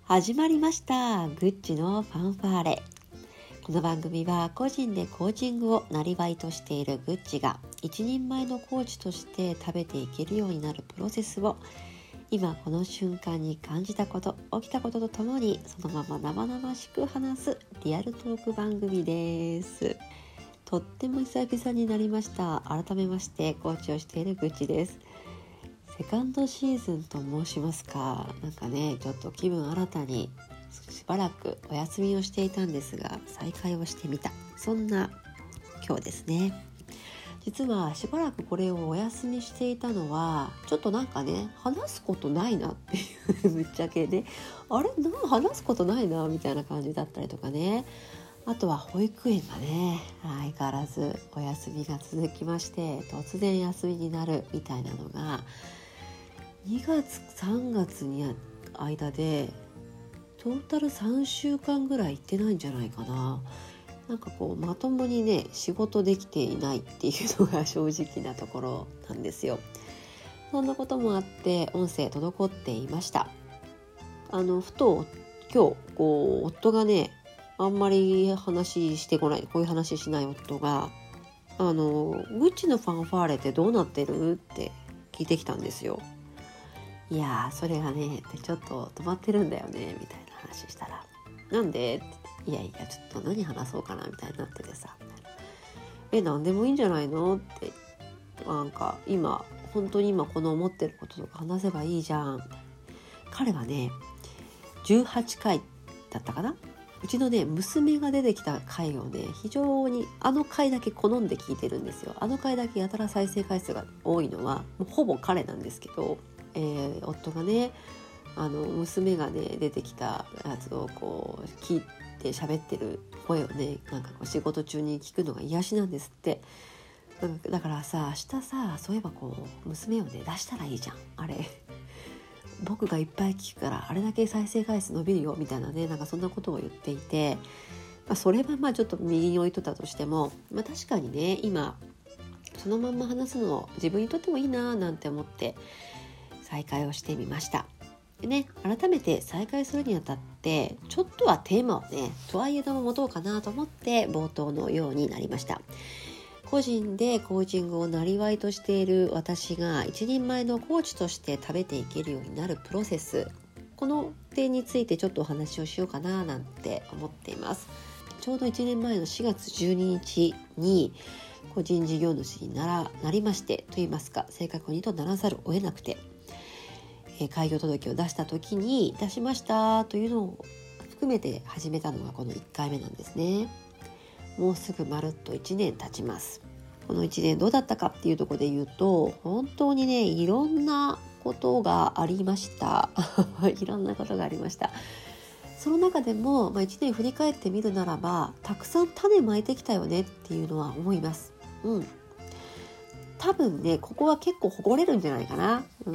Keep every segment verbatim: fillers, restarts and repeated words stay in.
始まりました。グッチのファンファーレ。この番組は個人でコーチングをなりわいとしているグッチが一人前のコーチとして食べていけるようになるプロセスを今この瞬間に感じたこと、起きたこととともにそのまま生々しく話すリアルトーク番組です。とっても久々になりました。改めましてコーチをしているグッチです。セカンドシーズンと申しますか、なんかねちょっと気分新たにしばらくお休みをしていたんですが再開をしてみた、そんな今日ですね。実はしばらくこれをお休みしていたのはちょっとなんかね話すことないなっていうぶっちゃけね、あれなんか話すことないなみたいな感じだったりとかね、あとは保育園がね相変わらずお休みが続きまして、突然休みになるみたいなのがにがつさんがつに間でトータルさんしゅうかんぐらい行ってないんじゃないかな。なんかこうまともにね仕事できていないっていうのが正直なところなんですよ。そんなこともあって音声滞っていました。あのふと今日こう夫がねあんまり話してこない、こういう話しない夫があのグッチのファンファーレってどうなってるって聞いてきたんですよ。いやーそれがねちょっと止まってるんだよねみたいな話したら、なんでっていやいやちょっと何話そうかなみたいになっててさ、え何でもいいんじゃないのって、なんか今本当に今この思ってることとか話せばいいじゃん。彼はねじゅうはちかいだったかな、うちのね娘が出てきた回をね非常にあの回だけ好んで聞いてるんですよ。あの回だけやたら再生回数が多いのはもうほぼ彼なんですけど、えー、夫がねあの娘がね出てきたやつをこう聞いて喋ってる声をねなんかこう仕事中に聞くのが癒しなんですって。だからさ明日さそういえばこう娘をね出したらいいじゃん、あれ僕がいっぱい聞くからあれだけ再生回数伸びるよみたいなね、なんかそんなことを言っていて、まあ、それはまあちょっと右に置いとったとしても、まあ、確かにね今そのまんま話すの自分にとってもいいななんて思って再開をしてみました。でね、改めて再開するにあたってちょっとはテーマをねとはいえども持とうかなと思って冒頭のようになりました。個人でコーチングをなりわいとしている私が一人前のコーチとして食べていけるようになるプロセス、この点についてちょっとお話をしようかななんて思っています。ちょうどいちねんまえのしがつじゅうににちに個人事業主にならなりまして、と言いますか正確にとならざるを得なくて、えー、開業届を出した時に出しましたというのを含めて始めたのがこのいっかいめなんですね。もうすぐまるっといちねん経ちます。このいちねんどうだったかっていうところで言うと本当にねいろんなことがありましたいろんなことがありました。その中でも、まあ、いちねん振り返ってみるならばたくさん種まいてきたよねっていうのは思います。うん多分ねここは結構誇れるんじゃないかな、うん、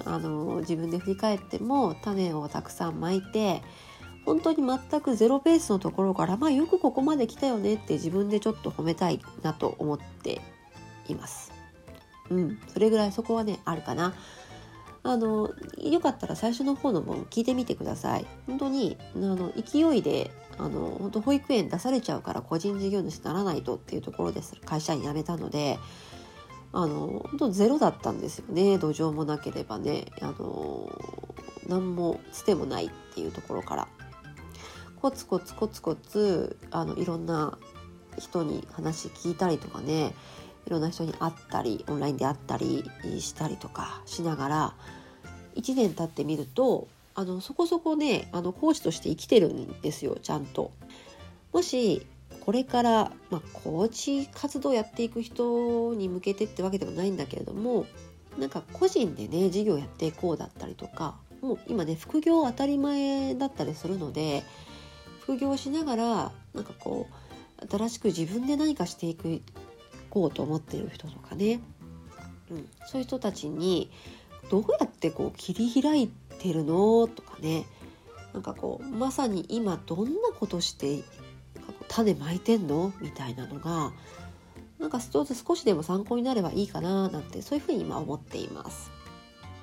あの自分で振り返っても種をたくさんまいて本当に全くゼロベースのところから、まあよくここまで来たよねって自分でちょっと褒めたいなと思っています。うん、それぐらいそこはねあるかな。あのよかったら最初の方の本聞いてみてください。本当にあの勢いであの本当保育園出されちゃうから個人事業主にならないとっていうところです会社員辞めたので、あの本当ゼロだったんですよね。土壌もなければね、あの何もつてもないっていうところからコツコツコツコツあのいろんな人に話聞いたりとかね、いろんな人に会ったりオンラインで会ったりしたりとかしながらいちねん経ってみるとあのそこそこねあの講師として生きてるんですよちゃんと。もしこれから、まあ、コーチ活動やっていく人に向けてってわけではないんだけれども、なんか個人でね事業やっていこうだったりとか、もう今ね副業当たり前だったりするので副業しながらなんかこう新しく自分で何かしていくこうと思っている人とかね、うん、そういう人たちにどうやってこう切り開いてるのとかね、なんかこうまさに今どんなことして種まいてんのみたいなのがなんか少しでも参考になればいいかななんてそういうふうに今思っています。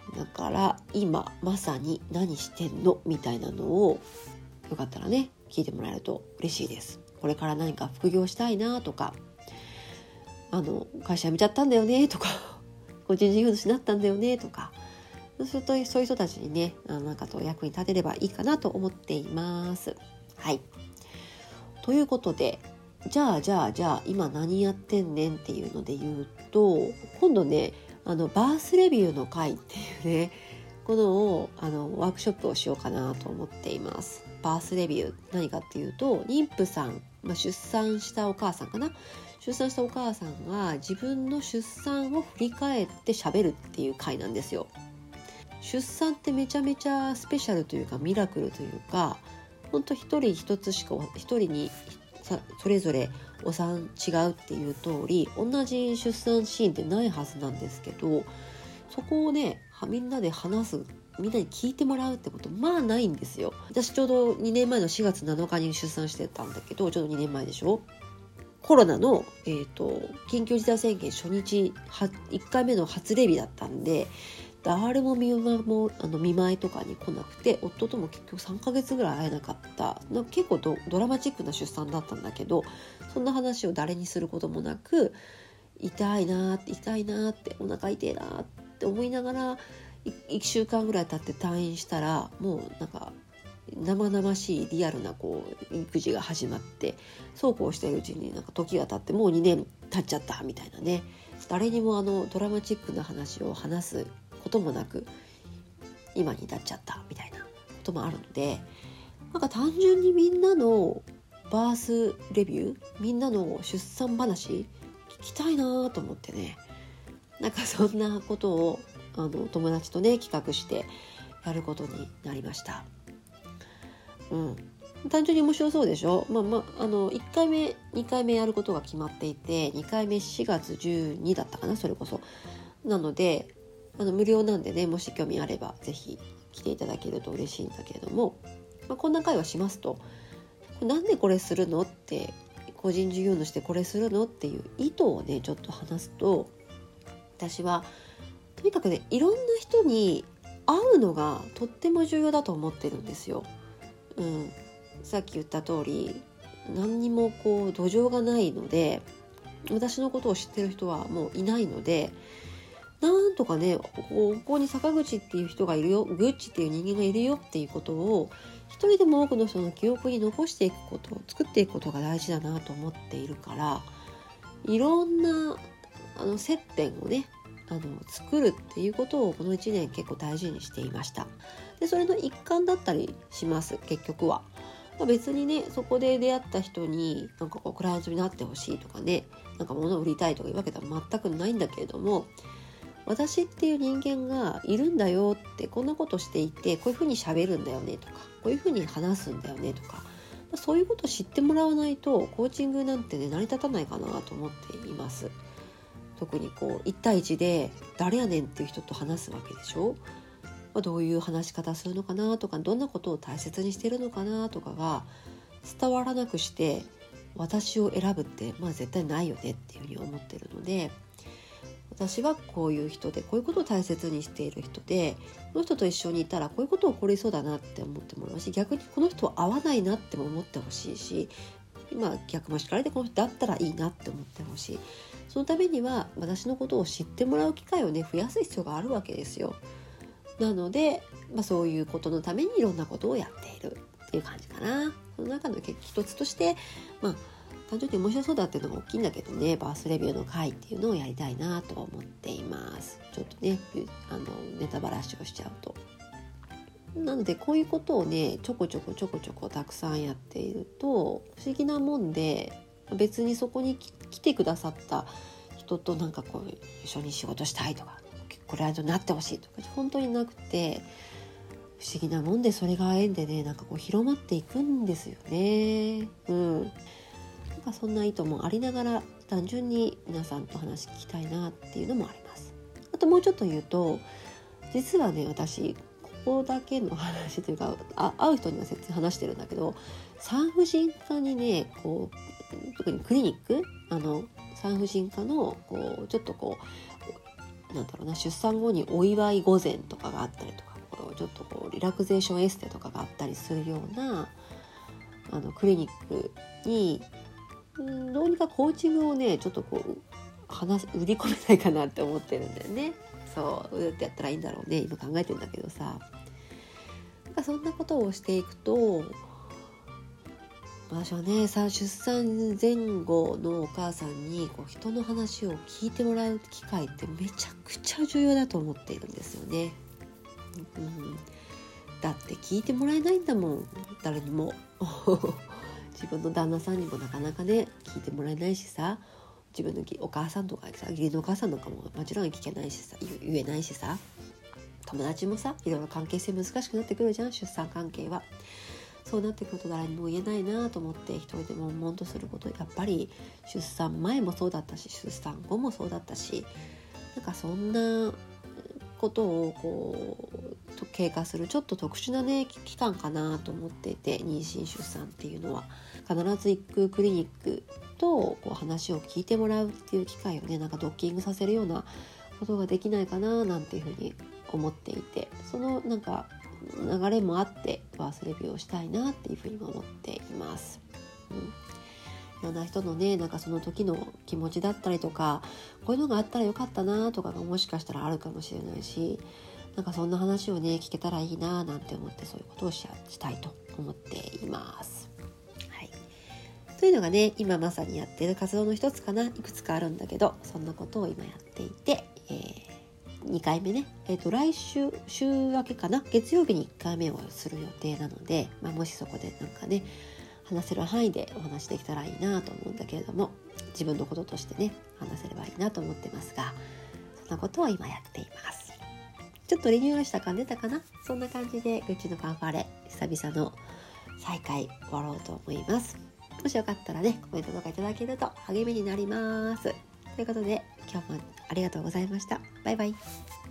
だから今まさに何してんのみたいなのをよかったらね聞いてもらえると嬉しいです。これから何か副業したいなとか、あの会社辞めちゃったんだよねとか個人事業主になったんだよねとか、そうするとそういう人たちにねなんかと役に立てればいいかなと思っています。はい。ということで、じゃあじゃあじゃあ今何やってんねんっていうので言うと、今度ねあのバースレビューの会っていうねこのをあのワークショップをしようかなと思っています。バースレビュー何かっていうと、妊婦さん、まあ、出産したお母さんかな出産したお母さんが自分の出産を振り返って喋るっていう会なんですよ。出産ってめちゃめちゃスペシャルというかミラクルというか、ほんと一人一つしか一人にそれぞれお産違うっていう通り同じ出産シーンってないはずなんですけど、そこをねみんなで話す、みんなに聞いてもらうってことまあないんですよ。私ちょうどにねんまえのしがつなのかに出産してたんだけど、ちょうどにねんまえでしょ。コロナの、えーと、緊急事態宣言初日はいっかいめの初レビだったんで、誰も見舞いもあの見舞いとかに来なくて、夫とも結局さんかげつぐらい会えなかった。なんか結構 ド, ドラマチックな出産だったんだけど、そんな話を誰にすることもなく、痛いなって痛いなってお腹痛いなって思いながらいっしゅうかんぐらい経って退院したら、もうなんか生々しいリアルなこう育児が始まって、そうこうしているうちになんか時が経ってもうにねん経っちゃったみたいなね、誰にもあのドラマチックな話を話すこともなく今に至っちゃったみたいなこともあるので、なんか単純にみんなのバースレビュー、みんなの出産話聞きたいなと思ってね、なんかそんなことをあの友達とね企画してやることになりました。うん、単純に面白そうでしょ。まあまあ、あのいっかいめにかいめやることが決まっていて、にかいめしがつじゅうにだったかな、それこそなのであの無料なんでね、もし興味あればぜひ来ていただけると嬉しいんだけれども、まあ、こんな会話しますと、なんでこれするのって、個人事業主でこれするのっていう意図をねちょっと話すと、私はとにかくねいろんな人に会うのがとっても重要だと思ってるんですよ。うん、さっき言った通り何にもこう土壌がないので、私のことを知ってる人はもういないので、なんとかねここに坂口っていう人がいるよ、グッチっていう人間がいるよっていうことを一人でも多くの人の記憶に残していくこと、作っていくことが大事だなと思っているから、いろんなあの接点をねあの作るっていうことをこのいちねん結構大事にしていました。でそれの一環だったりします。結局は、まあ、別にねそこで出会った人になんかこうクライアントになってほしいとかね、なんか物を売りたいとかいうわけでは全くないんだけれども、私っていう人間がいるんだよって、こんなことしていてこういうふうに喋るんだよねとか、こういうふうに話すんだよねとか、そういうことを知ってもらわないとコーチングなんてね成り立たないかなと思っています。特にこういち対いちで誰やねんっていう人と話すわけでしょ。まあ、どういう話し方するのかなとか、どんなことを大切にしてるのかなとかが伝わらなくして私を選ぶってまあ絶対ないよねっていうふうに思ってるので、私はこういう人でこういうことを大切にしている人で、この人と一緒にいたらこういうことを起こりそうだなって思ってもらうし、逆にこの人は合わないなっても思ってほしいし、今逆もしかりでこの人だったらいいなって思ってほしい。そのためには私のことを知ってもらう機会をね増やす必要があるわけですよ。なので、まあ、そういうことのためにいろんなことをやっているっていう感じかな。その中の一つとして、まあ単純に面白そうだっていうのが大きいんだけどね、バースレビューの会っていうのをやりたいなと思っています。ちょっとねあのネタばらしをしちゃうと。なのでこういうことをねちょこちょこちょこちょこたくさんやっていると不思議なもんで、別にそこに来てくださった人となんかこう一緒に仕事したいとかクライアントになってほしいとか本当になくて、不思議なもんでそれが縁でねなんかこう広まっていくんですよね。うん、なんかそんな意図もありながら単純に皆さんと話聞きたいなっていうのもあります。あともうちょっと言うと、実はね私ここだけの話というかあ会う人には説明話してるんだけど、産婦人科にねこう特にクリニックあの産婦人科のこうちょっとこうなんだろうな、出産後にお祝い御膳とかがあったりとか、こうちょっとこうリラクゼーションエステとかがあったりするようなあのクリニックに、んどうにかコーチングをねちょっとこう話売り込めないかなって思ってるんだよね。そうどうやってやったらいいんだろうね、今考えてるんだけどさ、なんかそんなことをしていくと、私はねさ出産前後のお母さんにこう人の話を聞いてもらう機会ってめちゃくちゃ重要だと思っているんですよね。うん、だって聞いてもらえないんだもん、誰にも自分の旦那さんにもなかなかね聞いてもらえないしさ、自分のお母さんとかさ、義理のお母さんなんかももちろん聞けないしさ、言えないしさ、友達もさいろいろ関係性難しくなってくるじゃん、出産関係は。そうなってくると誰にも言えないなと思って一人で悶々とすること、やっぱり出産前もそうだったし出産後もそうだったし、なんかそんなことをこう経過するちょっと特殊なね期間かなと思っていて、妊娠出産っていうのは必ず行くクリニックとこう話を聞いてもらうっていう機会をねなんかドッキングさせるようなことができないかななんていうふうに思っていて、そのなんか流れもあってバースレビューをしたいなっていうふうにも思っています。うん、いろんな人のねなんかその時の気持ちだったりとか、こういうのがあったらよかったなとかがもしかしたらあるかもしれないし、なんかそんな話をね聞けたらいいななんて思って、そういうことを し, したいと思っています。はい、というのがね今まさにやっている活動の一つかな。いくつかあるんだけど、そんなことを今やっていて、えーにかいめね、えー、と来週週明けかな、月曜日にいっかいめをする予定なので、まあ、もしそこでなんかね話せる範囲でお話できたらいいなと思うんだけれども、自分のこととしてね話せればいいなと思ってますが、そんなことを今やっています。ちょっとリニューアルした感出たかな。そんな感じでグッチのファンファーレ久々の再開終わろうと思います。もしよかったらねコメントとかいただけると励みになります。ということで今日もありがとうございました。バイバイ。